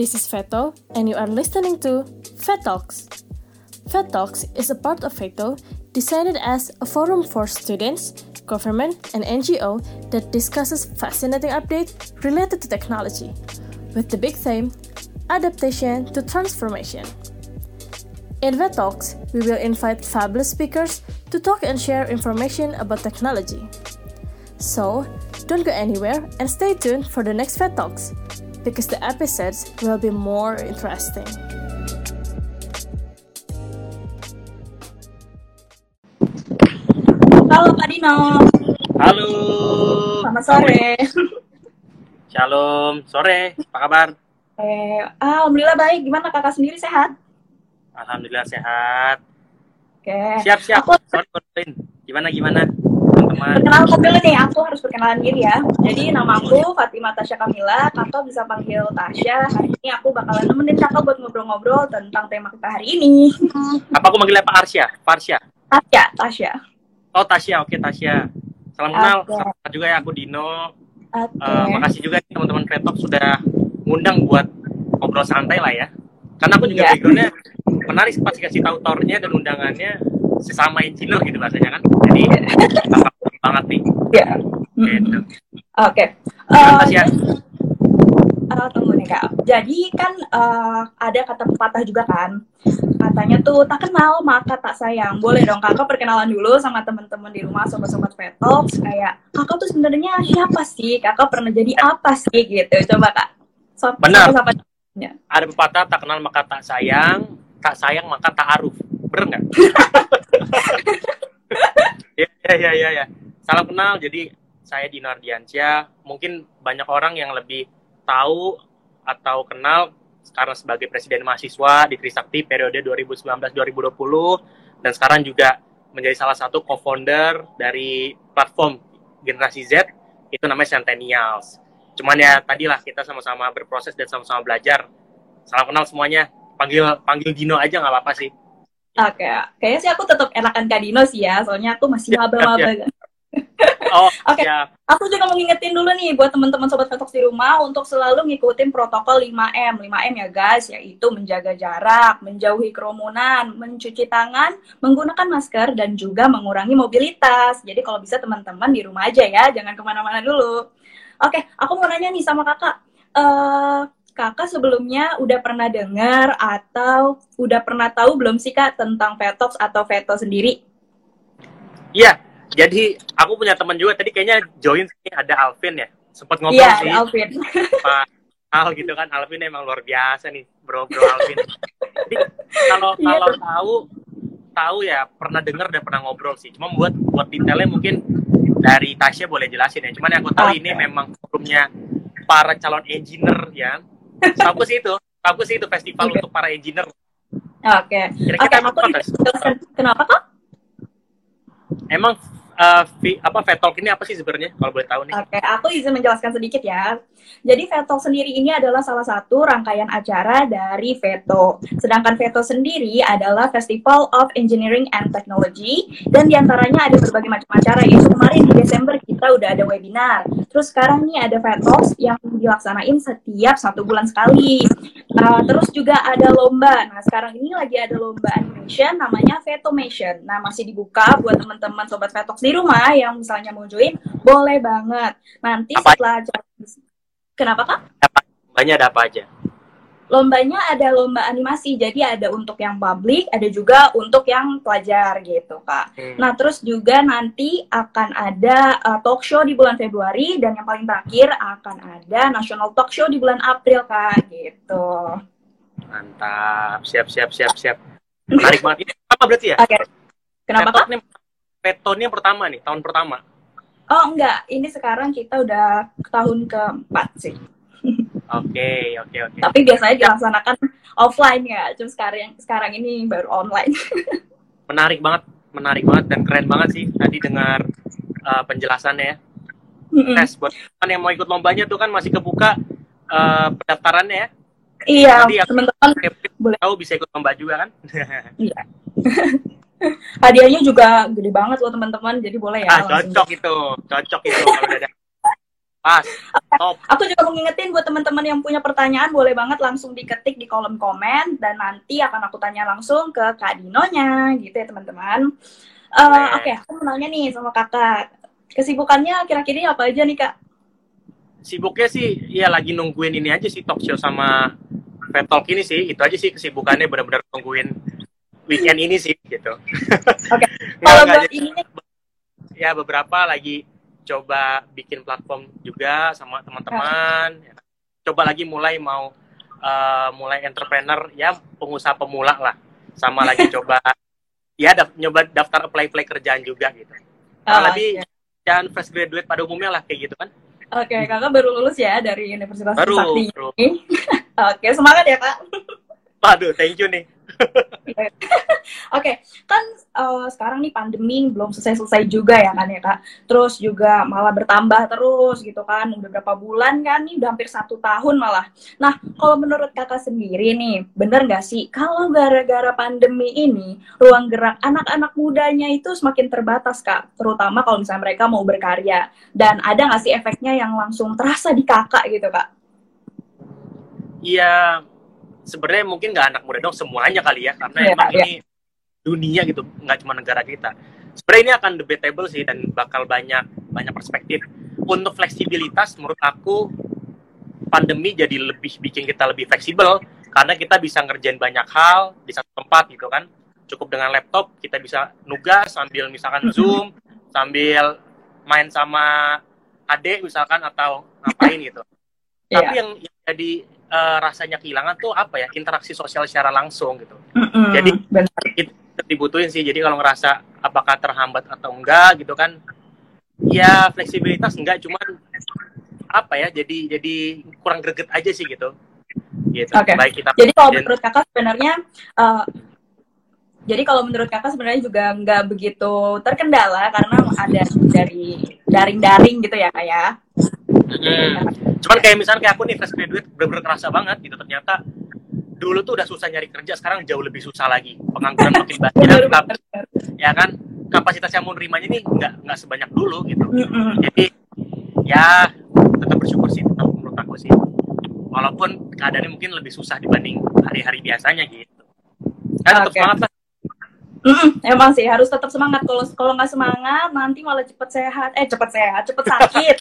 This is Veto, and you are listening to Vet Talks. Vet Talks is a part of Veto, designed as a forum for students, government, and NGO that discusses fascinating updates related to technology, with the big theme, adaptation to transformation. In Vet Talks, we will invite fabulous speakers to talk and share information about technology. So, don't go anywhere and stay tuned for the next Vet Talks, because the episodes will be more interesting. Halo Pak Dino. Halo. Selamat sore. Shalom. Sore. Apa kabar? Alhamdulillah baik. Gimana kakak sendiri sehat? Alhamdulillah sehat. Oke. Siap. Sorry. Gimana teman-teman? Perkenalan dulu nih. Aku harus perkenalan diri ya. Jadi nama aku Fatimah Tasya Kamila. Kakak bisa panggil Tasya. Hari ini aku bakalan nemenin kakak buat ngobrol-ngobrol tentang tema kita hari ini. Apa aku manggilnya Pak Arsya? Farsya? Tasya. Oh, Tasya. Oke, Tasya. Salam kenal. Salam juga ya, aku Dino. Makasih juga nih teman-teman Vetok sudah ngundang buat ngobrol santai lah ya. Karena aku juga background-nya menarik pasti kasih tahu tornya dan undangannya sesama engineer gitu bahasanya kan. Jadi banget nih. Iya. Gitu. Oke. Tasya. Tunggu nih Kak. Jadi kan ada kata pepatah juga kan. Katanya tuh tak kenal maka tak sayang. Boleh dong kakak perkenalan dulu sama teman-teman di rumah, sobat-sobat Vetox. Kayak kakak tuh sebenarnya siapa sih? Kakak pernah jadi apa sih gitu? Coba Kak. Benar. Ya. Ada pepatah tak kenal maka tak sayang maka tak aruf. Bener nggak? Ya. Salam kenal. Jadi saya Dino Ardiansyah. Mungkin banyak orang yang lebih tahu atau kenal karena sebagai presiden mahasiswa di Trisakti periode 2019-2020 dan sekarang juga menjadi salah satu co-founder dari platform Generasi Z, itu namanya Centennials. Cuman ya tadilah kita sama-sama berproses dan sama-sama belajar. Salam kenal semuanya. Panggil Dino aja nggak apa-apa sih. Oke. Kayaknya sih aku tetap enakan Kak Dino sih ya, soalnya aku masih maba-maba. Oh, Oke. siap. Aku juga mau ngingetin dulu nih buat teman-teman sobat Vetox di rumah untuk selalu ngikutin protokol 5M. 5M ya guys, yaitu menjaga jarak, menjauhi kerumunan, mencuci tangan, menggunakan masker, dan juga mengurangi mobilitas. Jadi kalau bisa teman-teman di rumah aja ya, jangan kemana-mana dulu. Oke, aku mau nanya nih sama kakak. Kakak sebelumnya udah pernah dengar atau udah pernah tahu belum sih Kak tentang Vetox atau Veto sendiri? Iya, jadi aku punya teman juga tadi kayaknya join sih, ada Alvin ya. Sempat ngobrol Iya, sih. Alvin. Pak Al gitu kan, Alvin emang luar biasa nih, bro Alvin. Jadi kalau tahu ya pernah dengar dan pernah ngobrol sih. Cuma buat detailnya mungkin dari Tasya boleh jelasin ya. Cuman yang aku tahu ini memang forumnya para calon engineer ya. Tahu sih itu festival untuk para engineer. Oke, aku jelaskan kenapa Kak? Emang Vetalk ini apa sih sebenarnya kalau boleh tahu nih? Oke, aku izin menjelaskan sedikit ya. Jadi Vetalk sendiri ini adalah salah satu rangkaian acara dari Veto. Sedangkan Veto sendiri adalah Festival of Engineering and Technology, dan diantaranya ada berbagai macam acara. Yaitu kemarin di Desember kita udah ada webinar. Terus sekarang nih ada Vetalks yang dilaksanain setiap 1 bulan sekali. Terus juga ada lomba. Nah sekarang ini lagi ada lomba animation namanya Vetomation. Nah masih dibuka buat teman-teman sobat Vetox di rumah yang misalnya mau join, boleh banget. Nanti setelah kenapa Kak? Lombanya ada apa aja? Lombanya ada lomba animasi, jadi ada untuk yang publik, ada juga untuk yang pelajar gitu Kak. Nah terus juga nanti akan ada talk show di bulan Februari, dan yang paling terakhir akan ada national talk show di bulan April Kak gitu. Mantap, siap. Menarik banget. Ini apa berarti ya? Oke. Kenapa Kak? Veto ini yang pertama nih, tahun pertama. Oh enggak, ini sekarang kita udah tahun keempat sih. Oke. Tapi biasanya dilaksanakan offline ya, cuma sekarang ini baru online. Menarik banget dan keren banget sih tadi dengar penjelasannya ya. Tes buat teman yang mau ikut lombanya tuh kan masih kebuka pendaftarannya ya. Iya, teman-teman boleh tahu bisa ikut lomba juga kan? Iya. Hadiahnya juga gede banget loh teman-teman, jadi boleh ya. Cocok itu kalau udah ada Pas. Top. Aku juga mau ngingetin buat teman-teman yang punya pertanyaan, boleh banget langsung diketik di kolom komen dan nanti akan aku tanya langsung ke Kak Dinonya, gitu ya teman-teman. Oke, aku mau nanya nih sama kakak, kesibukannya kira-kira apa aja nih Kak? Sibuknya sih, ya lagi nungguin ini aja sih, talk show sama Fed Talk ini sih. Itu aja sih kesibukannya, benar-benar nungguin weekend ini sih, gitu. Oke, kalau buat ini ya beberapa lagi coba bikin platform juga sama teman-teman. Ya. Coba lagi mulai mulai entrepreneur, ya pengusaha pemula lah. Sama lagi coba ya nyoba daftar apply kerjaan juga gitu. Lebih jangan fresh graduate pada umumnya lah kayak gitu kan. Oke, kakak baru lulus ya dari Universitas Trisakti. Baru. Oke, semangat ya kak. Waduh, thank you nih. Oke, kan sekarang nih pandemi belum selesai juga ya kan ya kak. Terus juga malah bertambah terus gitu kan. Udah berapa bulan kan nih, udah hampir 1 tahun malah. Nah, kalau menurut kakak sendiri nih, bener nggak sih kalau gara-gara pandemi ini ruang gerak anak-anak mudanya itu semakin terbatas kak, terutama kalau misalnya mereka mau berkarya. Dan ada nggak sih efeknya yang langsung terasa di kakak gitu kak? Iya, sebenarnya mungkin nggak anak muda dong, semuanya kali ya, karena emang ini dunia gitu, nggak cuma negara kita. Sebenarnya ini akan debatable sih dan bakal banyak perspektif. Untuk fleksibilitas, menurut aku pandemi jadi bikin kita lebih fleksibel karena kita bisa ngerjain banyak hal di satu tempat gitu kan. Cukup dengan laptop kita bisa nugas sambil misalkan Zoom, sambil main sama adik misalkan atau ngapain gitu. Tapi yang jadi rasanya kehilangan tuh apa ya, interaksi sosial secara langsung gitu. Jadi itu dibutuhin sih. Jadi kalau ngerasa apakah terhambat atau enggak gitu kan, ya fleksibilitas enggak, cuman apa ya, jadi kurang greget aja sih gitu. Okay. Baik kita. Jadi kalau menurut kakak sebenarnya sebenarnya juga nggak begitu terkendala karena ada dari daring gitu ya kayak. Cuman kayak misalnya kayak aku nih fresh graduate bener-bener kerasa banget gitu, ternyata dulu tuh udah susah nyari kerja, sekarang jauh lebih susah lagi, pengangguran makin banyak, ya kan, kapasitas yang mau nerimanya nih nggak sebanyak dulu gitu. Jadi ya tetap bersyukur sih, tetap menurut aku sih, walaupun keadaannya mungkin lebih susah dibanding hari-hari biasanya gitu. Kan tetap semangat lah. Emang sih harus tetap semangat. Kalau nggak semangat nanti malah cepet sakit.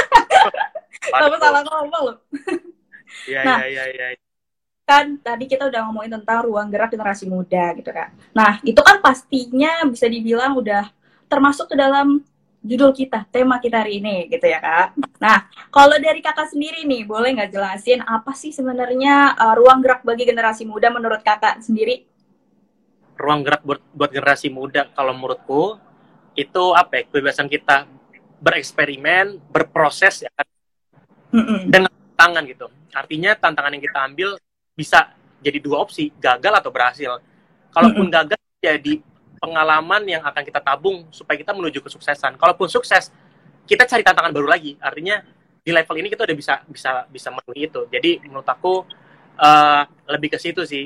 Tapi salah ngomong loh. Iya. Kan tadi kita udah ngomongin tentang ruang gerak generasi muda gitu kan. Nah itu kan pastinya bisa dibilang udah termasuk ke dalam judul kita, tema kita hari ini gitu ya kak. Nah kalau dari kakak sendiri nih, boleh nggak jelasin apa sih sebenarnya ruang gerak bagi generasi muda menurut kakak sendiri? Ruang gerak buat generasi muda kalau menurutku itu apa ya, kebebasan kita bereksperimen, berproses ya kan, dengan tantangan gitu. Artinya tantangan yang kita ambil bisa jadi 2 opsi, gagal atau berhasil. Kalaupun gagal, jadi pengalaman yang akan kita tabung supaya kita menuju kesuksesan. Kalaupun sukses, kita cari tantangan baru lagi. Artinya di level ini kita udah bisa memenuhi itu. Jadi menurut aku lebih ke situ sih.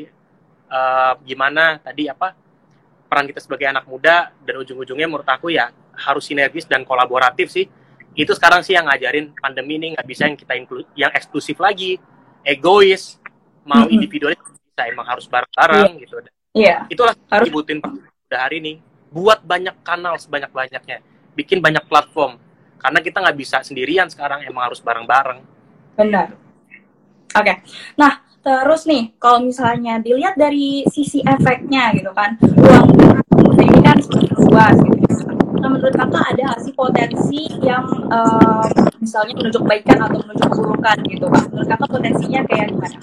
Gimana tadi peran kita sebagai anak muda, dan ujung-ujungnya menurut aku ya harus sinergis dan kolaboratif sih. Itu sekarang sih yang ngajarin pandemi ini, nggak bisa yang eksklusif lagi, egois, mau individualis, bisa emang harus bareng-bareng gitu. Itulah harus dibutuhin pada hari ini, buat banyak kanal sebanyak-banyaknya, bikin banyak platform, karena kita nggak bisa sendirian sekarang, emang harus bareng-bareng. Benar. Oke. Nah terus nih, kalau misalnya dilihat dari sisi efeknya gitu kan, ruang gerak ini kan semakin luas gitu. Nah, menurut kakak ada nggak sih potensi yang misalnya menuju kebaikan atau menuju keburukan gitu kan? Menurut kakak potensinya kayak gimana?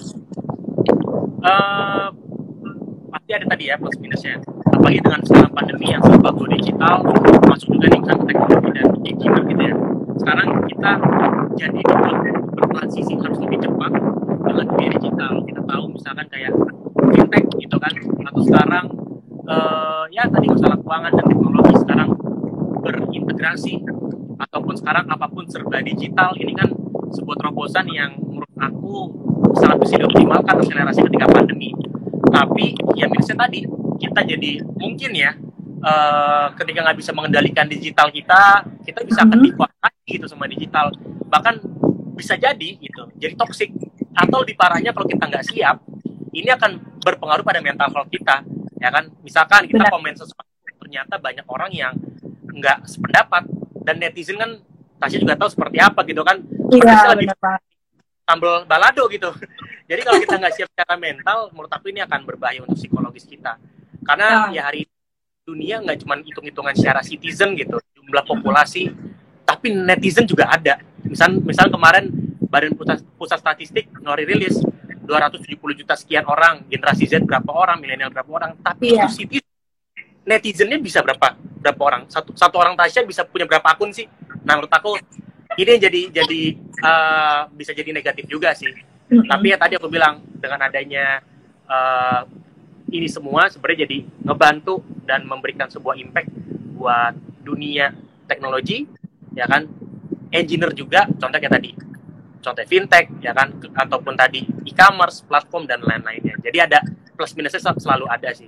Pasti ada tadi ya plus minusnya. Apalagi dengan sekarang pandemi yang serba go digital, masuk juga nih kan teknologi dan engineer gitu ya. Sekarang kita jadi bertransisi harus lebih cepat dengan dunia digital. Kita tahu misalkan kayak fintech gitu kan, atau sekarang ya tadi masalah keuangan dan teknologi sekarang berintegrasi, ataupun sekarang apapun serba digital. Ini kan sebuah terobosan yang menurut aku sangat bisa dioptimalkan akselerasi ketika pandemi. Tapi ya minusnya tadi, kita jadi mungkin ya ketika nggak bisa mengendalikan digital kita bisa akan dikuasai gitu sama digital. bahkan bisa jadi gitu, jadi toksik. Atau lebih parahnya kalau kita nggak siap, ini akan berpengaruh pada mental health kita, ya kan? Misalkan kita komen sesuatu, ternyata banyak orang yang nggak sependapat, dan netizen kan Tasya juga tahu seperti apa gitu kan, Iya, lebih sambal balado gitu. Jadi kalau kita nggak siap secara mental, menurut aku ini akan berbahaya untuk psikologis kita. Karena ya hari ini dunia nggak cuma hitung-hitungan secara citizen gitu, jumlah populasi, tapi netizen juga ada. Misal kemarin Badan Pusat Statistik ngeluarin rilis 270 juta sekian orang, generasi Z berapa orang, milenial berapa orang, tapi itu citizen. Netizennya bisa berapa orang? Satu orang Tasya bisa punya berapa akun sih? Nah, menurut aku ini jadi bisa jadi negatif juga sih. Tapi ya tadi aku bilang dengan adanya ini semua sebenarnya jadi ngebantu dan memberikan sebuah impact buat dunia teknologi, ya kan? Engineer juga, contohnya tadi, contoh fintech, ya kan? Ataupun tadi e-commerce, platform dan lain-lainnya. Jadi ada plus minusnya selalu ada sih.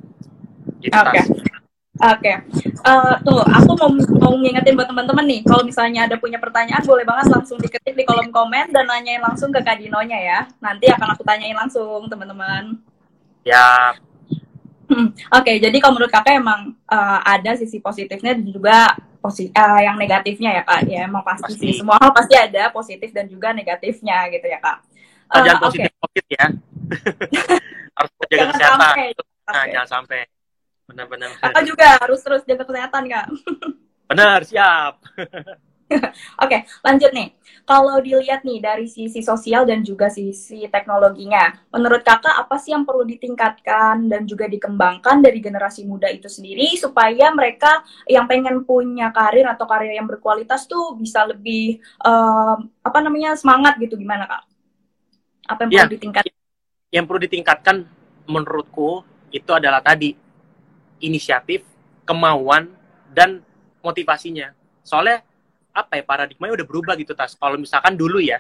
Oke. Tuh, aku mau ngingetin buat teman-teman nih, kalau misalnya ada punya pertanyaan, boleh banget langsung diketik di kolom komen dan nanyain langsung ke Kak Dinonya ya. Nanti akan aku tanyain langsung, teman-teman. Ya. Oke, jadi kalau menurut kakak emang ada sisi positifnya dan juga yang negatifnya ya kak. Ya emang pasti sih, semua hal pasti ada positif dan juga negatifnya gitu ya kak. Jangan positif ya. Harus jaga kesehatan. Jangan sampai. Benar-benar. Kakak juga harus terus jaga kesehatan kak. Benar, siap. Oke, lanjut nih. Kalau dilihat nih dari sisi sosial dan juga sisi teknologinya, menurut kakak apa sih yang perlu ditingkatkan dan juga dikembangkan dari generasi muda itu sendiri supaya mereka yang pengen punya karir atau karir yang berkualitas tuh bisa lebih semangat gitu, gimana kak? Apa yang perlu ditingkatkan? Yang perlu ditingkatkan menurutku itu adalah tadi inisiatif, kemauan, dan motivasinya. Soalnya paradigmanya udah berubah gitu Tas. Kalau misalkan dulu ya,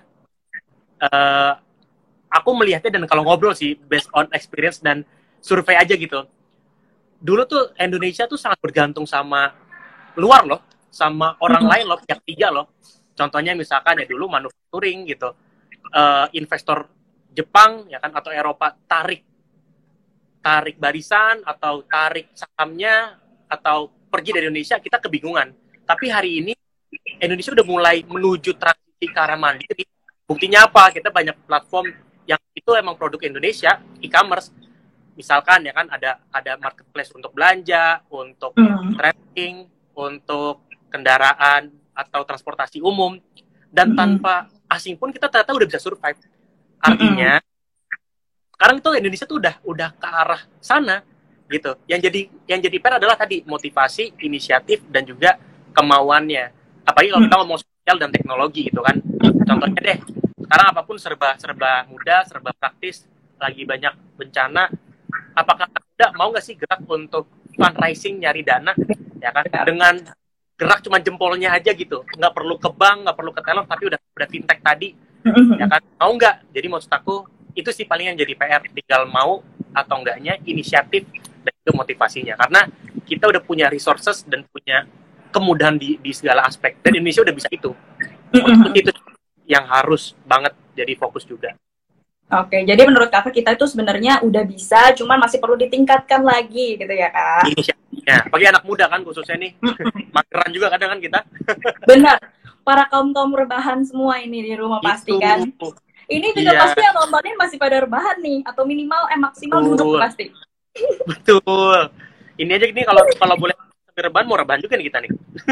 aku melihatnya dan kalau ngobrol sih based on experience dan survei aja gitu. Dulu tuh Indonesia tuh sangat bergantung sama luar loh, sama orang lain loh, pihak tiga loh. Contohnya misalkan ya dulu manufacturing gitu, investor Jepang ya kan atau Eropa tarik barisan atau tarik sahamnya atau pergi dari Indonesia, kita kebingungan. Tapi hari ini Indonesia udah mulai menuju transisi ke arah mandiri. Buktinya apa? Kita banyak platform yang itu emang produk Indonesia, e-commerce. Misalkan ya kan ada marketplace untuk belanja, untuk tracking, untuk kendaraan atau transportasi umum, dan tanpa asing pun kita ternyata udah bisa survive. Artinya sekarang tuh Indonesia tuh udah ke arah sana gitu. Yang jadi PR adalah tadi motivasi, inisiatif dan juga kemauannya. Apalagi kalau kita ngomong sosial dan teknologi gitu kan. Contohnya deh, sekarang apapun serba mudah, serba praktis, lagi banyak bencana. Apakah Anda mau nggak sih gerak untuk fundraising, nyari dana, ya kan? Dengan gerak cuma jempolnya aja gitu, nggak perlu ke bank, nggak perlu ke teller, tapi udah fintech tadi, ya kan? Mau nggak? Jadi maksud aku itu sih paling yang jadi PR, tinggal mau atau enggaknya, inisiatif dan itu motivasinya. Karena kita udah punya resources dan punya kemudahan di segala aspek, dan Indonesia udah bisa itu. Itu yang harus banget jadi fokus juga. Oke, jadi menurut kakak kita itu sebenarnya udah bisa, cuman masih perlu ditingkatkan lagi gitu ya kak? Inisiatifnya, bagi anak muda kan khususnya nih, mageran juga kadang kan kita. Benar, para kaum rebahan semua ini di rumah pasti kan? Ini juga pasti yang nontonin masih pada rebahan nih, atau minimal maksimal duduk pasti. Betul. Ini aja nih kalau boleh sambil rebahan, mau rebahan juga nih kita nih.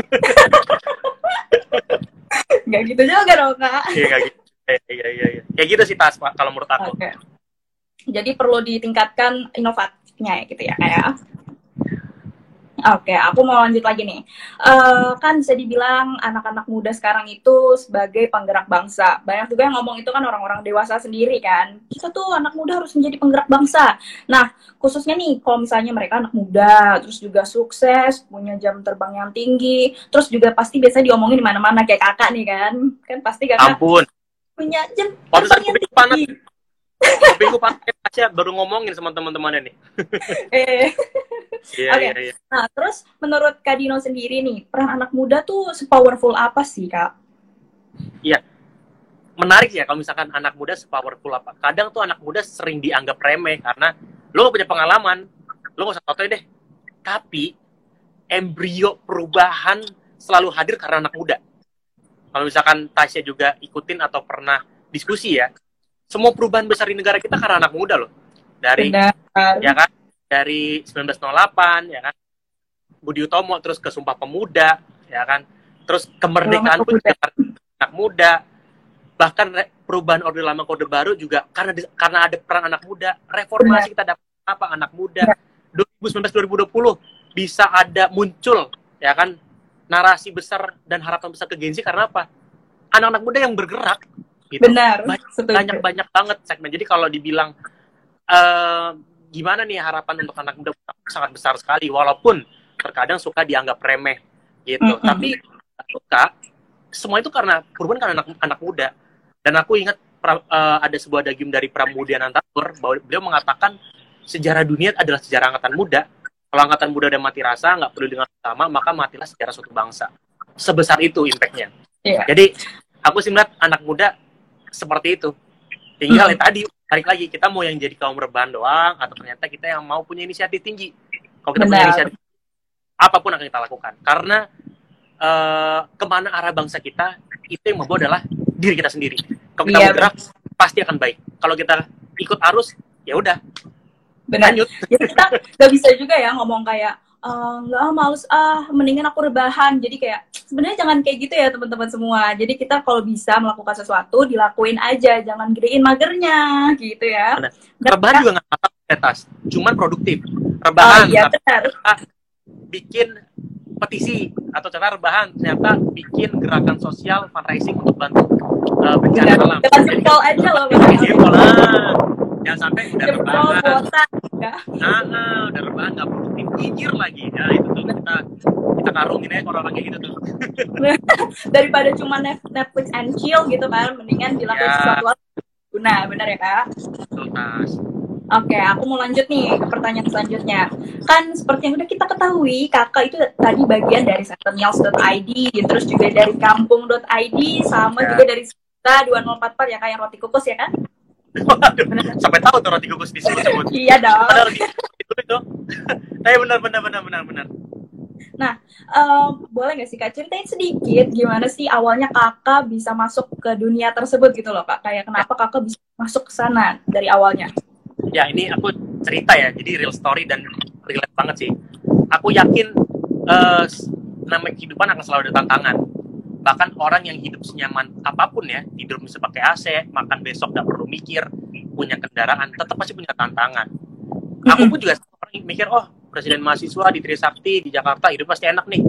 Gak gitu juga dong kak. Iya gak gitu. Iya. Kayak gitu sih Tas Pak kalau menurut aku. Okay. Jadi perlu ditingkatkan inovatifnya ya gitu ya kayak. Oke, aku mau lanjut lagi nih. Kan bisa dibilang anak-anak muda sekarang itu sebagai penggerak bangsa. Banyak juga yang ngomong itu kan orang-orang dewasa sendiri kan. Kita tuh anak muda harus menjadi penggerak bangsa. Nah, khususnya nih kalau misalnya mereka anak muda, terus juga sukses, punya jam terbang yang tinggi, terus juga pasti biasanya diomongin di mana-mana kayak kakak nih kan. Kan pasti kakak punya jam terbang yang tinggi. Kupingku pakai aja baru ngomongin sama teman-temannya nih. Oke. Nah, terus menurut Kak Dino sendiri nih, peran anak muda tuh sepowerful apa sih, Kak? Iya, menarik ya kalau misalkan anak muda sepowerful apa. Kadang tuh anak muda sering dianggap remeh karena lo gak punya pengalaman, lo gak usah sotoy deh. Tapi embrio perubahan selalu hadir karena anak muda. Kalau misalkan Tasya juga ikutin atau pernah diskusi ya, semua perubahan besar di negara kita karena anak muda loh. Dari ya kan, dari 1908 ya kan, Budi Utomo, terus ke Sumpah Pemuda ya kan, terus kemerdekaan pun juga anak muda. Bahkan perubahan Orde Lama Orde Baru juga karena ada peran anak muda. Reformasi kita dapat apa, anak muda. 2019-2020 bisa ada muncul ya kan narasi besar dan harapan besar ke Gen Z karena apa? Anak-anak muda yang bergerak gitu. Benar. Banyak banget segmen. Jadi kalau dibilang gimana nih harapan untuk anak muda, sangat besar sekali walaupun terkadang suka dianggap remeh gitu. Tapi suka semua itu karena perubahan karena anak muda. Dan aku ingat ada sebuah daging dari Pramudia Anantatur bahwa beliau mengatakan sejarah dunia adalah sejarah angkatan muda. Kalau angkatan muda udah mati rasa, nggak perlu dengan utama, maka matilah sejarah suatu bangsa. Sebesar itu impact-nya. Yeah. Jadi aku sih melihat anak muda seperti itu. Tinggal tadi tarik lagi, kita mau yang jadi kaum rebahan doang atau ternyata kita yang mau punya inisiatif tinggi. Kalau kita punya inisiatif, apapun akan kita lakukan. Karena kemana arah bangsa kita, itu yang membawa adalah diri kita sendiri. Kalau kita bergerak, pasti akan baik. Kalau kita ikut arus, ya udah. Benar. Jadi kita nggak bisa juga ya ngomong kayak nggak males mendingan aku rebahan. Jadi kayak sebenarnya jangan kayak gitu ya teman-teman semua. Jadi kita kalau bisa melakukan sesuatu dilakuin aja, jangan gedein magernya gitu ya. Rebahan juga nggak apa-apa, Tas. Cuman produktif. Rebahan. Bikin petisi atau cara rebahan ternyata bikin gerakan sosial fundraising untuk bantu bencana alam. Dengan simpel aja loh. Simpel lah. Jangan sampai udah rebahan. Udah rebahan nggak produktif, pikir lagi. Ya itu tuh kita karungin aja orang kayak gitu tuh. Daripada cuma Netflix and chill gitu kan, mendingan dilakukan sesuatu guna, benar ya Kak? Betul, Tas. Oke, aku mau lanjut nih ke pertanyaan selanjutnya. Kan seperti yang udah kita ketahui, Kakak itu tadi bagian dari centennials.id, terus juga dari kampung.id, sama juga dari Sita 2044 ya Kak, yang roti kukus ya kan? Sampai tahu tuh roti kukus disebut-sebut. Iya dong. Padahal itu. Tapi benar. Nah, boleh nggak sih Kak ceritain sedikit gimana sih awalnya Kakak bisa masuk ke dunia tersebut gitu loh Kak? Kayak kenapa Kakak bisa masuk ke sana dari awalnya? Ya ini aku cerita ya, jadi real story dan relate banget sih. Aku yakin namanya kehidupan akan selalu ada tantangan. Bahkan orang yang hidup senyaman apapun ya, tidur bisa pakai AC, makan besok gak perlu mikir, punya kendaraan, tetap pasti punya tantangan. Aku pun juga mikir, oh presiden mahasiswa di Trisakti, di Jakarta, hidup pasti enak nih.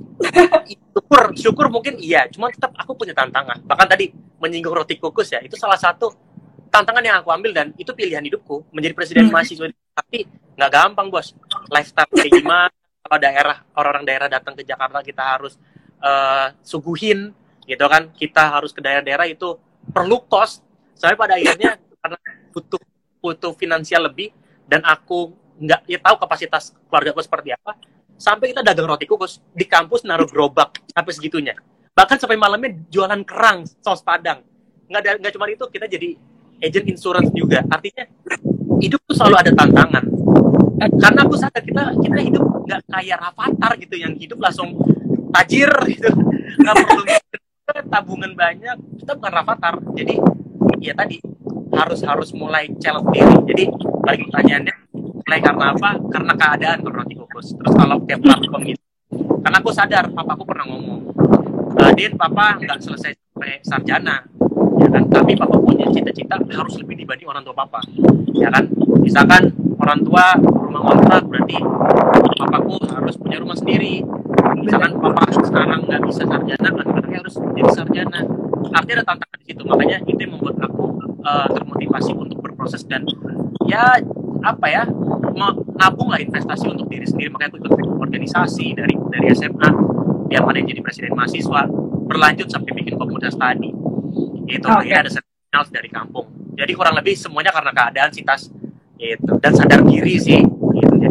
Syukur mungkin iya, cuma tetap aku punya tantangan. Bahkan tadi menyinggung roti kukus ya, itu salah satu tantangan yang aku ambil dan itu pilihan hidupku. Menjadi presiden mahasiswa di Trisakti nggak gampang bos. Lifestyle kayak gimana, kalau orang-orang daerah datang ke Jakarta kita harus suguhin gitu kan, kita harus ke daerah-daerah itu perlu kos, sampai pada akhirnya karena butuh finansial lebih dan aku nggak tahu kapasitas keluarga aku seperti apa, sampai kita dagang roti kukus di kampus, naruh gerobak sampai segitunya, bahkan sampai malamnya jualan kerang, saus padang. Nggak cuma itu, kita jadi agent insurance juga. Artinya hidup tuh selalu ada tantangan, karena aku sadar kita hidup nggak kayak Rafathar gitu yang hidup langsung tajir gitu, nggak perlu tabungan banyak. Kita bukan Rafathar, jadi ya tadi harus mulai challenge diri. Jadi balik pertanyaannya, mulai karena apa? Karena keadaan kalau roti kukus. Terus kalau kayak platform gitu, karena aku sadar, papaku pernah ngomong, Din, papa nggak selesai sampai sarjana, ya kan? Tapi papa punya cita-cita harus lebih dibanding orang tua papa, ya kan? Misalkan orang tua rumah ngontrak, berarti papaku harus punya rumah sendiri. Misalkan papa sekarang nggak bisa sarjana, anaknya harus jadi sarjana. Artinya ada tantangan di situ. Makanya itu yang membuat aku termotivasi untuk berproses dan ya apa ya, nabung lah, investasi untuk diri sendiri. Makanya aku ikut organisasi dari SMA, biar mana jadi presiden mahasiswa, berlanjut sampai bikin komunitas tadi. Itu akhirnya ada centennials dari kampung. Jadi kurang lebih semuanya karena keadaan sih Tas. Gitu. Dan sadar diri sih. Gitu. Jadi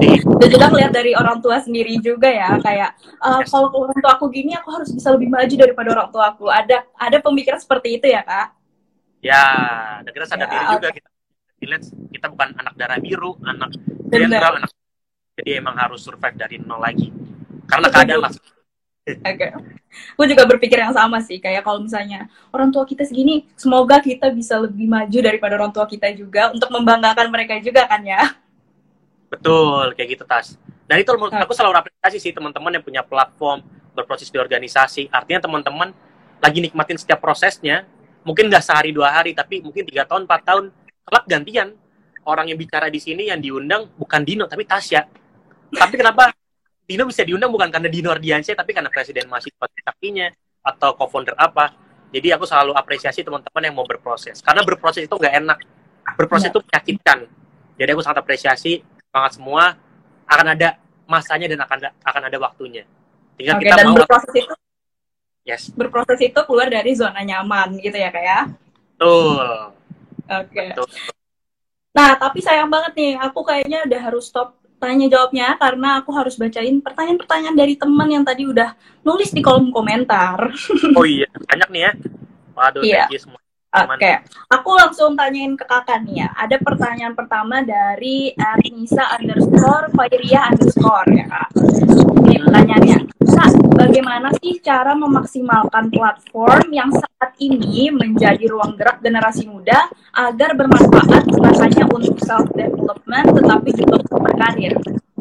Dan juga ngeliat dari orang tua sendiri juga ya, kayak kalau orang tua aku gini, aku harus bisa lebih maju daripada orang tua aku. Ada pemikiran seperti itu ya, Kak? Ya, dan kita sadar diri juga, kita bukan anak darah biru, anak jenderal, anak, jadi emang harus survive dari nol lagi. Karena keadaan lah. Oke. Aku juga berpikir yang sama sih, kayak kalau misalnya orang tua kita segini, semoga kita bisa lebih maju daripada orang tua kita juga untuk membanggakan mereka juga kan ya. Betul, kayak gitu Tas. Dan itu aku selalu apresiasi sih teman-teman yang punya platform berproses di organisasi. Artinya teman-teman lagi nikmatin setiap prosesnya. Mungkin nggak sehari 2 hari, tapi mungkin 3 tahun, 4 tahun. Kelak gantian. Orang yang bicara di sini yang diundang bukan Dino, tapi Tasya. Tapi kenapa Dino bisa diundang bukan karena Dino Ardiansyah, tapi karena presiden mahasiswa Trisaktinya atau co-founder apa. Jadi aku selalu apresiasi teman-teman yang mau berproses. Karena berproses itu nggak enak. Berproses itu menyakitkan. Jadi aku sangat apresiasi, semangat semua, akan ada masanya dan akan ada waktunya. Tinggal kita dan mau berproses itu, berproses itu keluar dari zona nyaman gitu ya Kak ya. Betul. Oke. Nah, tapi sayang banget nih, aku kayaknya udah harus stop tanya jawabnya karena aku harus bacain pertanyaan-pertanyaan dari teman yang tadi udah nulis di kolom komentar. Oh iya, banyak nih ya. Waduh, iya. Thank you semua. Oke, aku langsung tanyain ke kakak nih ya. Ada pertanyaan pertama dari Nisa_Fairia_ ya kak. Ini pertanyaannya, Kak, bagaimana sih cara memaksimalkan platform yang saat ini menjadi ruang gerak generasi muda agar bermanfaat bukan hanya untuk self development tetapi juga untuk berkarir?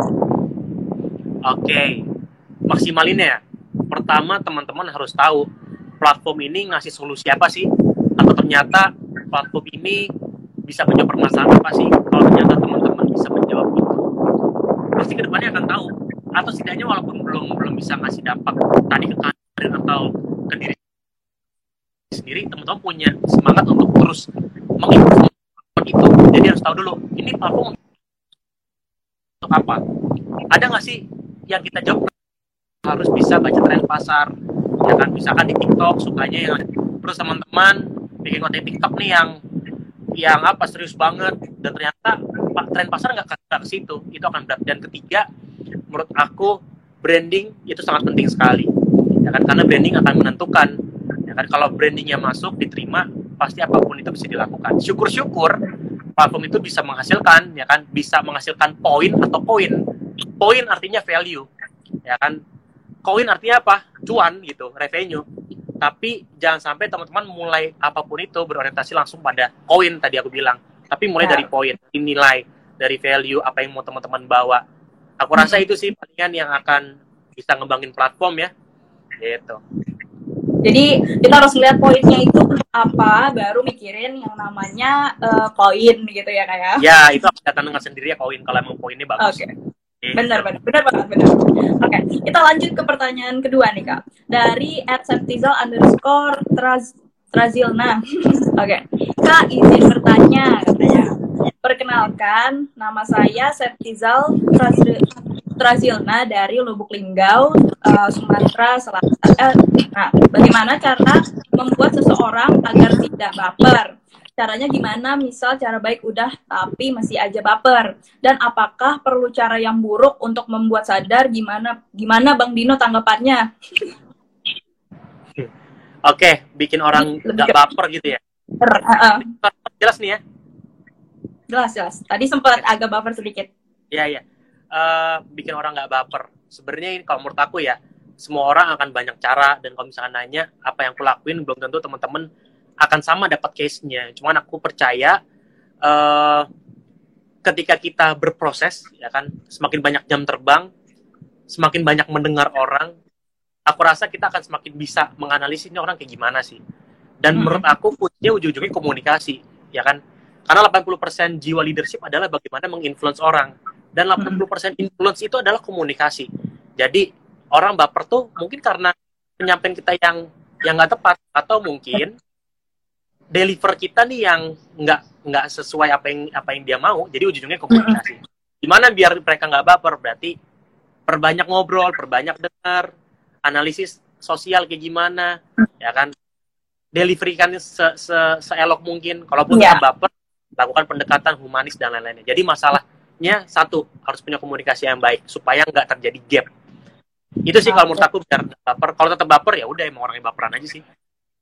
Oke, maksimalinnya. Pertama teman-teman harus tahu platform ini ngasih solusi apa sih? Atau ternyata platform ini bisa menjawab permasalahan apa sih? Kalau ternyata teman-teman bisa menjawab itu, pasti kedepannya akan tahu. Atau setidaknya walaupun belum bisa ngasih dampak tadi ke karir atau ke diri sendiri, teman-teman punya semangat untuk terus mengimprove itu. Jadi harus tahu dulu, ini platform untuk apa? Ada nggak sih yang kita jawab? Harus bisa baca tren pasar, ya kan? Misalkan di TikTok sukanya yang terus teman-teman bikin konten TikTok nih yang apa serius banget, dan ternyata tren pasar nggak ke situ, itu akan berat. Dan ketiga, menurut aku branding itu sangat penting sekali, ya kan? Karena branding akan menentukan, ya kan? Kalau brandingnya masuk diterima, pasti apapun itu bisa dilakukan. Syukur-syukur platform itu bisa menghasilkan, ya kan? Bisa menghasilkan poin atau koin. Poin artinya value, ya kan? Koin artinya apa? Cuan gitu, revenue. Tapi jangan sampai teman-teman mulai apapun itu berorientasi langsung pada koin tadi aku bilang. Tapi mulai dari poin, nilai, dari value, apa yang mau teman-teman bawa. Aku rasa itu sih palingan yang akan bisa ngembangin platform ya. Gitu. Jadi kita harus lihat poinnya itu apa, baru mikirin yang namanya koin gitu ya Kak ya. Ya, itu datang dengan sendiri ya koin, kalau emang poinnya bagus. Oke. Benar banget. Oke, kita lanjut ke pertanyaan kedua nih Kak. Dari @septizal_trazilna. Oke. Kak, izin bertanya katanya. Perkenalkan, nama saya Septizal Trazilna dari Lubuk Linggau, Sumatera Selatan. Nah, bagaimana cara membuat seseorang agar tidak baper? Caranya gimana? Misal cara baik udah tapi masih aja baper. Dan apakah perlu cara yang buruk untuk membuat sadar? Gimana Bang Dino tanggapannya? Oke, bikin orang nggak baper gitu ya. Jelas nih ya. Jelas. Tadi sempat agak baper sedikit. Iya. Bikin orang nggak baper. Sebenarnya ini kalau menurut aku ya, semua orang akan banyak cara, dan kalau misalkan nanya apa yang aku lakuin, belum tentu teman-teman akan sama dapat case-nya. Cuman aku percaya ketika kita berproses, ya kan, semakin banyak jam terbang, semakin banyak mendengar orang, aku rasa kita akan semakin bisa menganalisis ini orang kayak gimana sih. Dan menurut aku kuncinya ujung-ujungnya komunikasi, ya kan? Karena 80% jiwa leadership adalah bagaimana menginfluence orang, dan 80% influence itu adalah komunikasi. Jadi orang baper tuh mungkin karena penyampaian kita yang nggak tepat, atau mungkin deliver kita nih yang nggak sesuai apa yang dia mau. Jadi ujung-ujungnya komunikasi. Gimana biar mereka nggak baper? Berarti perbanyak ngobrol, perbanyak dengar, analisis sosial kayak gimana, ya kan? Deliverykan seelok mungkin. Kalaupun nggak baper, lakukan pendekatan humanis dan lain-lainnya. Jadi masalah syaratnya satu, harus punya komunikasi yang baik supaya nggak terjadi gap. Itu sih kalau menurut aku biar baper. Kalau tetap baper ya udah emang orangnya baperan aja sih.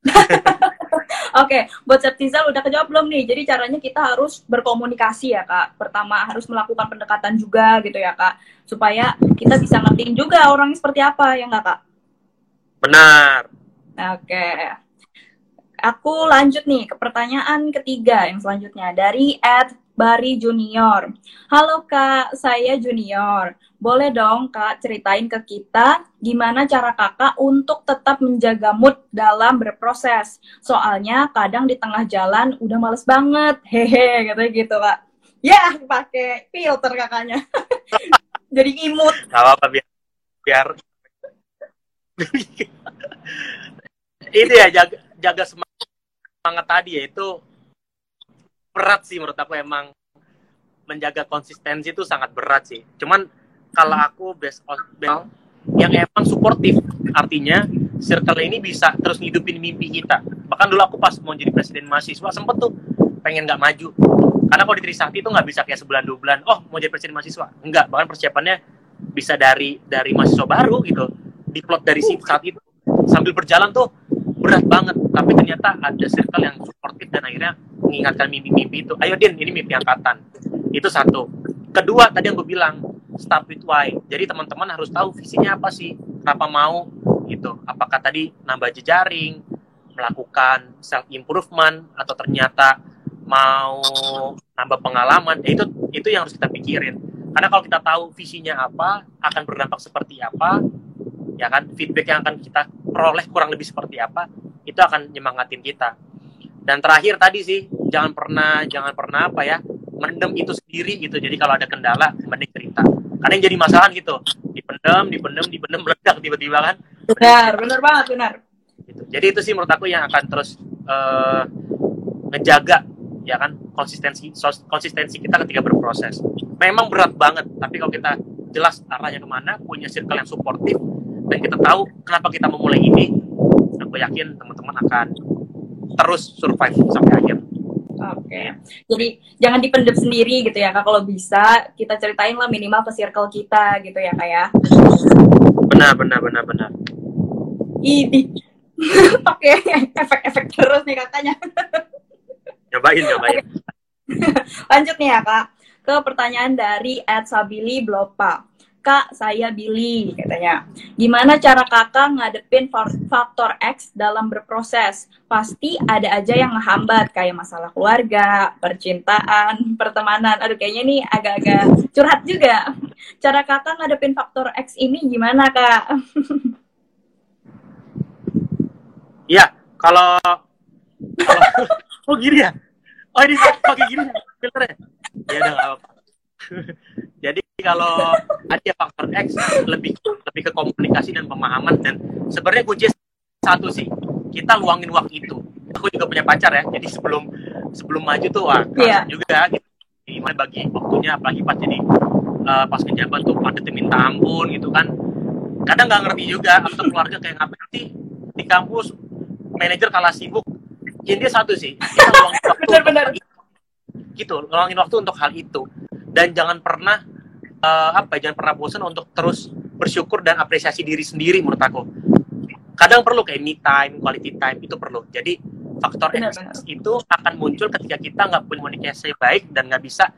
Oke, buat Septizal udah kejawab belum nih? Jadi caranya kita harus berkomunikasi ya Kak. Pertama harus melakukan pendekatan juga gitu ya Kak, supaya kita bisa ngertiin juga orangnya seperti apa ya nggak Kak? Benar. Oke, aku lanjut nih ke pertanyaan ketiga yang selanjutnya dari @Bari Junior. Halo Kak, saya Junior. Boleh dong Kak ceritain ke kita gimana cara Kakak untuk tetap menjaga mood dalam berproses. Soalnya kadang di tengah jalan udah males banget. Hehe, katanya gitu Kak. Ya, pakai filter kakaknya. Jadi imut. Gak apa-apa biar itu ya jaga semangat tadi ya, itu berat sih menurut aku. Emang menjaga konsistensi itu sangat berat sih. Cuman kalau aku based on yang emang suportif, artinya circle ini bisa terus ngidupin mimpi kita. Bahkan dulu aku pas mau jadi presiden mahasiswa sempet tuh pengen nggak maju, karena kalau di Trisakti itu nggak bisa kayak sebulan 2 bulan oh mau jadi presiden mahasiswa, enggak. Bahkan persiapannya bisa dari mahasiswa baru gitu, diplot dari saat itu sambil berjalan tuh berat banget. Tapi ternyata ada circle yang suportif dan akhirnya mengingatkan mimpi-mimpi itu. Ayo Din, ini mimpi angkatan. Itu satu. Kedua, tadi yang gue bilang, start with why. Jadi teman-teman harus tahu visinya apa sih, kenapa mau gitu. Apakah tadi nambah jejaring, melakukan self improvement, atau ternyata mau nambah pengalaman. Itu yang harus kita pikirin. Karena kalau kita tahu visinya apa, akan berdampak seperti apa, ya kan, feedback yang akan kita peroleh kurang lebih seperti apa, itu akan nyemangatin kita. Dan terakhir tadi sih, jangan pernah apa ya, mendem itu sendiri gitu. Jadi kalau ada kendala, mending cerita. Karena yang jadi masalah gitu, dipendem, meledak tiba-tiba kan. Benar banget, benar. Gitu. Jadi itu sih menurut aku yang akan terus ngejaga, ya kan, konsistensi kita ketika berproses. Memang berat banget, tapi kalau kita jelas arahnya kemana, punya circle yang suportif, dan kita tahu kenapa kita memulai ini, aku yakin teman-teman akan terus survive sampai akhir. Oke. Jadi jangan dipendam sendiri gitu ya Kak. Kalau bisa kita ceritain lah minimal ke circle kita gitu ya Kak ya. Benar. Ini pakai efek-efek terus nih kakaknya. Cobain. Okay. Lanjut nih ya Kak, ke pertanyaan dari @Sabili Blopa. Kak, saya Billy, katanya. Gimana cara kakak ngadepin faktor X dalam berproses? Pasti ada aja yang ngehambat, kayak masalah keluarga, percintaan, pertemanan. Aduh, kayaknya nih agak-agak curhat juga. Cara kakak ngadepin faktor X ini gimana, Kak? Iya, kalau oh gini ya? Oh ini pakai gini filternya? Ya udah nggak apa-apa. Jadi kalau ada faktor X lebih ke komunikasi dan pemahaman, dan sebenarnya kunci satu sih, kita luangin waktu itu. Aku juga punya pacar ya, jadi sebelum maju tuh kerasa juga gitu. Gimana bagi waktunya, apalagi pas jadi pas ngejabat tuh pada minta ampun gitu kan. Kadang nggak ngerti juga, atau keluarga kayak ngapain sih di kampus, manajer kalah sibuk. Intinya satu sih, kita luangin waktu benar. Gitu, luangin waktu untuk hal itu. Dan jangan pernah jangan pernah bosan untuk terus bersyukur dan apresiasi diri sendiri. Menurut aku kadang perlu kayak me time, quality time, itu perlu. Jadi faktor X itu akan muncul ketika kita nggak punya komunikasi baik dan nggak bisa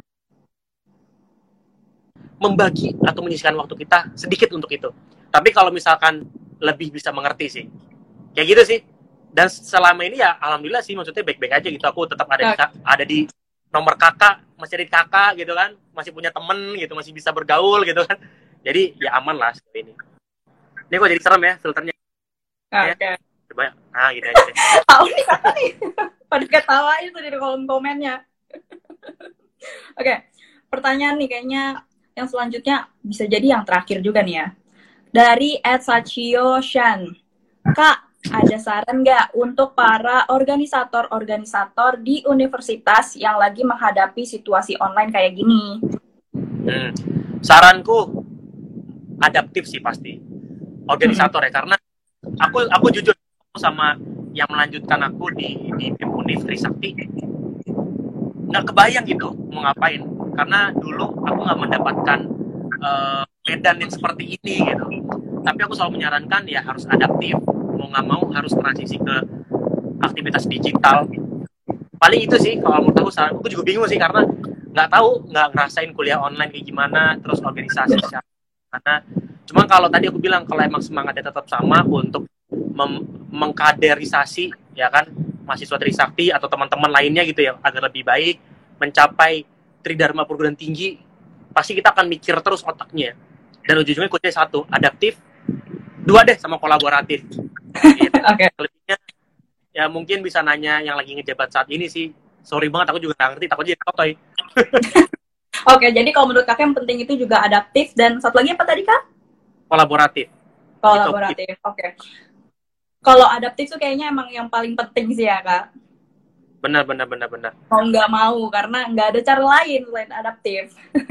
membagi atau menyisihkan waktu kita sedikit untuk itu. Tapi kalau misalkan lebih bisa mengerti sih, kayak gitu sih. Dan selama ini ya alhamdulillah sih, maksudnya baik-baik aja gitu. Aku tetap ada di nomor kakak, masih ada kakak gitu kan, masih punya temen gitu, masih bisa bergaul gitu kan. Jadi ya aman lah seperti ini. Ini kok jadi serem ya filternya. Oke. Ya. Coba, gitu aja deh. Tahu nih kakak nih, pada ketawain tuh di kolom komennya. Oke, pertanyaan nih kayaknya yang selanjutnya bisa jadi yang terakhir juga nih ya. Dari @Sachio Shan. Kak, ada saran nggak untuk para organisator di universitas yang lagi menghadapi situasi online kayak gini? Saranku adaptif sih pasti organisator ya, karena aku jujur sama yang melanjutkan aku di Univ Trisakti, nggak kebayang gitu mau ngapain. karena dulu aku nggak mendapatkan medan yang seperti ini gitu. Tapi aku selalu menyarankan ya harus adaptif, mau nggak mau harus transisi ke aktivitas digital. Paling itu sih kalau menurut aku juga bingung sih karena nggak ngerasain kuliah online kayak gimana, terus organisasi gimana. Cuma kalau tadi aku bilang kalau emang semangatnya tetap sama untuk mengkaderisasi ya kan mahasiswa Trisakti atau teman-teman lainnya gitu ya agar lebih baik mencapai Tridharma perguruan tinggi, pasti kita akan mikir terus otaknya. Dan ujung-ujungnya kunci satu, adaptif, dua deh sama kolaboratif. Gitu. Oke. Lebihnya ya mungkin bisa nanya yang lagi ngejabat saat ini sih. Sorry banget aku juga nggak ngerti, takutnya jadi totoy. Oke, jadi kalau menurut kakak yang penting itu juga adaptif dan satu lagi apa tadi kak? Kolaboratif. Kolaboratif. Oke. Kalau adaptif tuh kayaknya emang yang paling penting sih ya kak. Benar. Mau nggak mau karena nggak ada cara lain selain adaptif.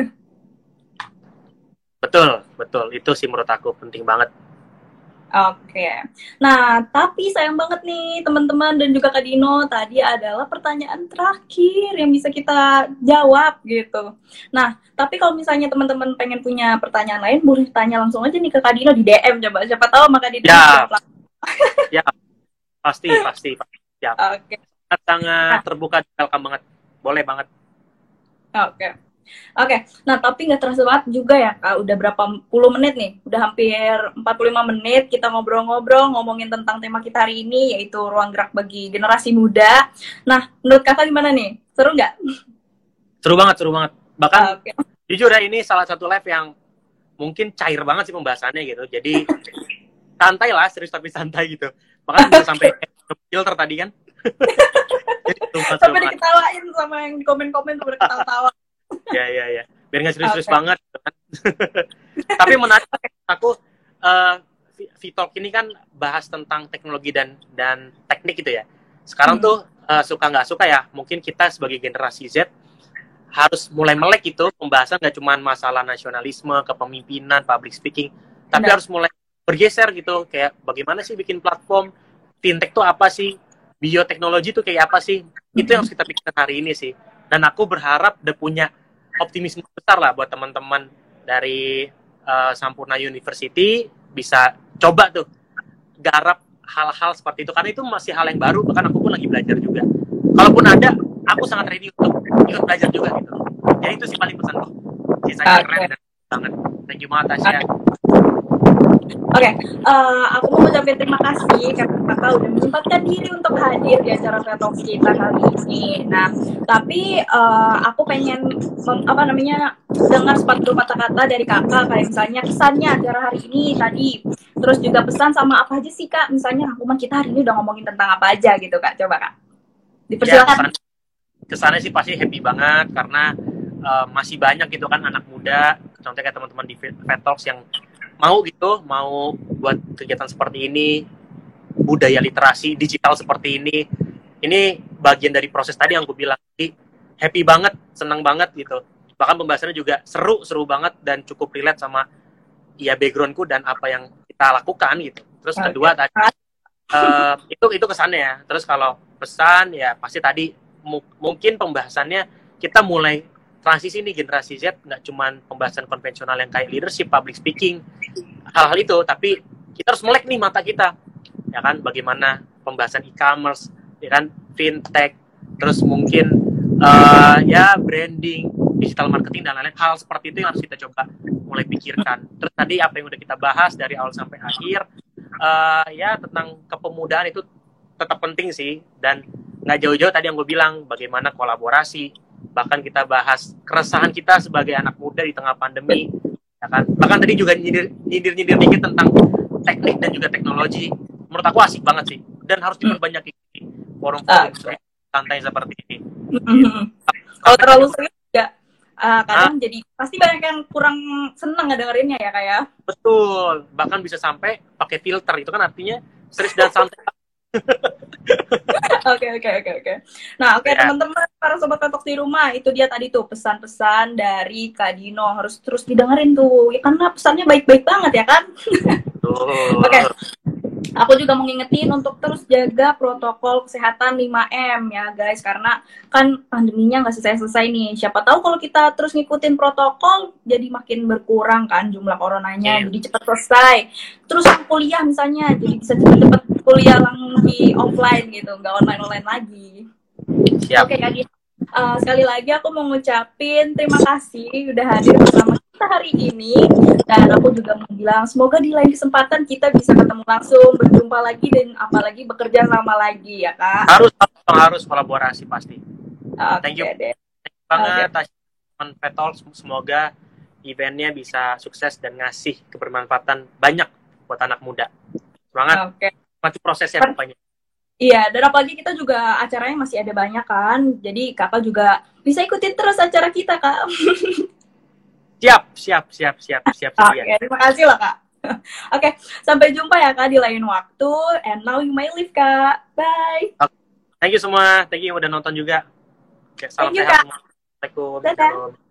Betul. Itu sih menurut aku penting banget. Oke. Nah, tapi sayang banget nih teman-teman dan juga Kak Dino, tadi adalah pertanyaan terakhir yang bisa kita jawab gitu. Nah, tapi kalau misalnya teman-teman pengen punya pertanyaan lain, boleh tanya langsung aja nih ke Kak Dino di DM coba. Siapa tahu sama Kak Dino. Ya, pasti. Ya. Oke. Sangat terbuka, welcome banget. Boleh banget. Oke, nah tapi nggak terasa banget juga ya Kak, udah berapa puluh menit nih, udah hampir 45 menit kita ngobrol-ngobrol, ngomongin tentang tema kita hari ini, yaitu ruang gerak bagi generasi muda. Nah, menurut Kakak gimana nih? Seru nggak? Seru banget. Bahkan, jujur ya, ini salah satu live yang mungkin cair banget sih pembahasannya gitu, jadi santai lah, serius tapi santai gitu. Bahkan bisa sampai filter tadi kan. Jadi, sampai diketawain sama yang di komen-komen tuh berketawa-tawa. Ya. Biar nggak serius-serius banget. Tapi menarik, aku Vtalk ini kan bahas tentang teknologi dan teknik gitu ya. Sekarang tuh suka nggak suka ya, mungkin kita sebagai generasi Z harus mulai melek gitu, pembahasan nggak cuma masalah nasionalisme, kepemimpinan, public speaking, tapi harus mulai bergeser gitu, kayak bagaimana sih bikin platform, fintech tuh apa sih, bioteknologi tuh kayak apa sih, itu yang harus kita pikirkan hari ini sih. Dan aku berharap udah punya optimisme besar lah buat teman-teman dari Sampurna University bisa coba tuh garap hal-hal seperti itu, karena itu masih hal yang baru, bahkan aku pun lagi belajar juga. Kalaupun ada, aku sangat ready untuk ikut belajar juga gitu. Jadi itu sih paling pesanku. Sisanya keren dan banget. Thank you banget Tasya. Oke, aku mau mengucapkan terima kasih karena kakak udah menyempatkan diri untuk hadir di acara Vtalk kita kali ini. Nah, tapi aku pengen dengar sepatah kata-kata dari kakak, kayak misalnya kesannya acara hari ini tadi, terus juga pesan sama apa aja sih kak, misalnya rangkuman kita hari ini udah ngomongin tentang apa aja gitu kak, coba kak, dipersilakan. Ya, kesannya sih pasti happy banget karena masih banyak gitu kan anak muda, contohnya kayak teman-teman di Vtalk yang mau buat kegiatan seperti ini, budaya literasi digital seperti ini bagian dari proses tadi yang aku bilang. Jadi happy banget, senang banget gitu. Bahkan pembahasannya juga seru banget dan cukup relate sama backgroundku dan apa yang kita lakukan gitu. Terus kedua tadi itu kesannya ya. Terus kalau pesan ya pasti tadi mungkin pembahasannya kita mulai transisi nih generasi Z, nggak cuma pembahasan konvensional yang kayak leadership, public speaking, hal-hal itu, tapi kita harus melek nih mata kita, ya kan, bagaimana pembahasan e-commerce, ya kan, fintech, terus mungkin branding, digital marketing dan lain-lain, hal seperti itu yang harus kita coba mulai pikirkan. Terus tadi apa yang udah kita bahas dari awal sampai akhir, tentang kepemudaan itu tetap penting sih, dan nggak jauh-jauh tadi yang gue bilang, bagaimana kolaborasi, bahkan kita bahas keresahan kita sebagai anak muda di tengah pandemi, ya kan. Bahkan tadi juga nyindir dikit tentang teknik dan juga teknologi. Menurut aku asik banget sih, dan harus diperbanyak di forum-forum santai seperti ini. Kalau terlalu serius juga kadang jadi pasti banyak yang kurang senang ngedengerinnya ya kayak. Betul, bahkan bisa sampai pakai filter, itu kan artinya serius dan santai. Oke. Nah, teman-teman, para sobat Vtalk di rumah, itu dia tadi tuh pesan-pesan dari Kak Dino, harus terus didengerin tuh, ya karena pesannya baik-baik banget ya kan. Oke. Aku juga mau ngingetin untuk terus jaga protokol kesehatan 5M ya guys, karena kan pandeminya nggak selesai-selesai nih. Siapa tahu kalau kita terus ngikutin protokol, jadi makin berkurang kan jumlah coronanya, jadi cepat selesai. Terus kuliah misalnya, jadi bisa cepet-cepet kuliah lagi offline gitu, nggak online-online lagi. Siap. Oke Kak Gita. Sekali lagi aku mau ngucapin terima kasih udah hadir bersama kita hari ini, dan aku juga mau bilang semoga di lain kesempatan kita bisa ketemu langsung, berjumpa lagi, dan apalagi bekerja sama lagi ya Kak. Harus kolaborasi pasti. Thank you deh. banget teman Vetol, semoga eventnya bisa sukses dan ngasih kebermanfaatan banyak buat anak muda. Semangat. Mati prosesnya pokoknya. Iya, dan apalagi kita juga acaranya masih ada banyak kan, jadi kakak juga bisa ikutin terus acara kita, Kak. Siap. Oke, terima kasih loh, Kak. Oke, sampai jumpa ya, Kak, di lain waktu. And now you may leave, Kak. Bye. Thank you semua. Thank you udah nonton juga. Salam sehat semua. Assalamualaikum.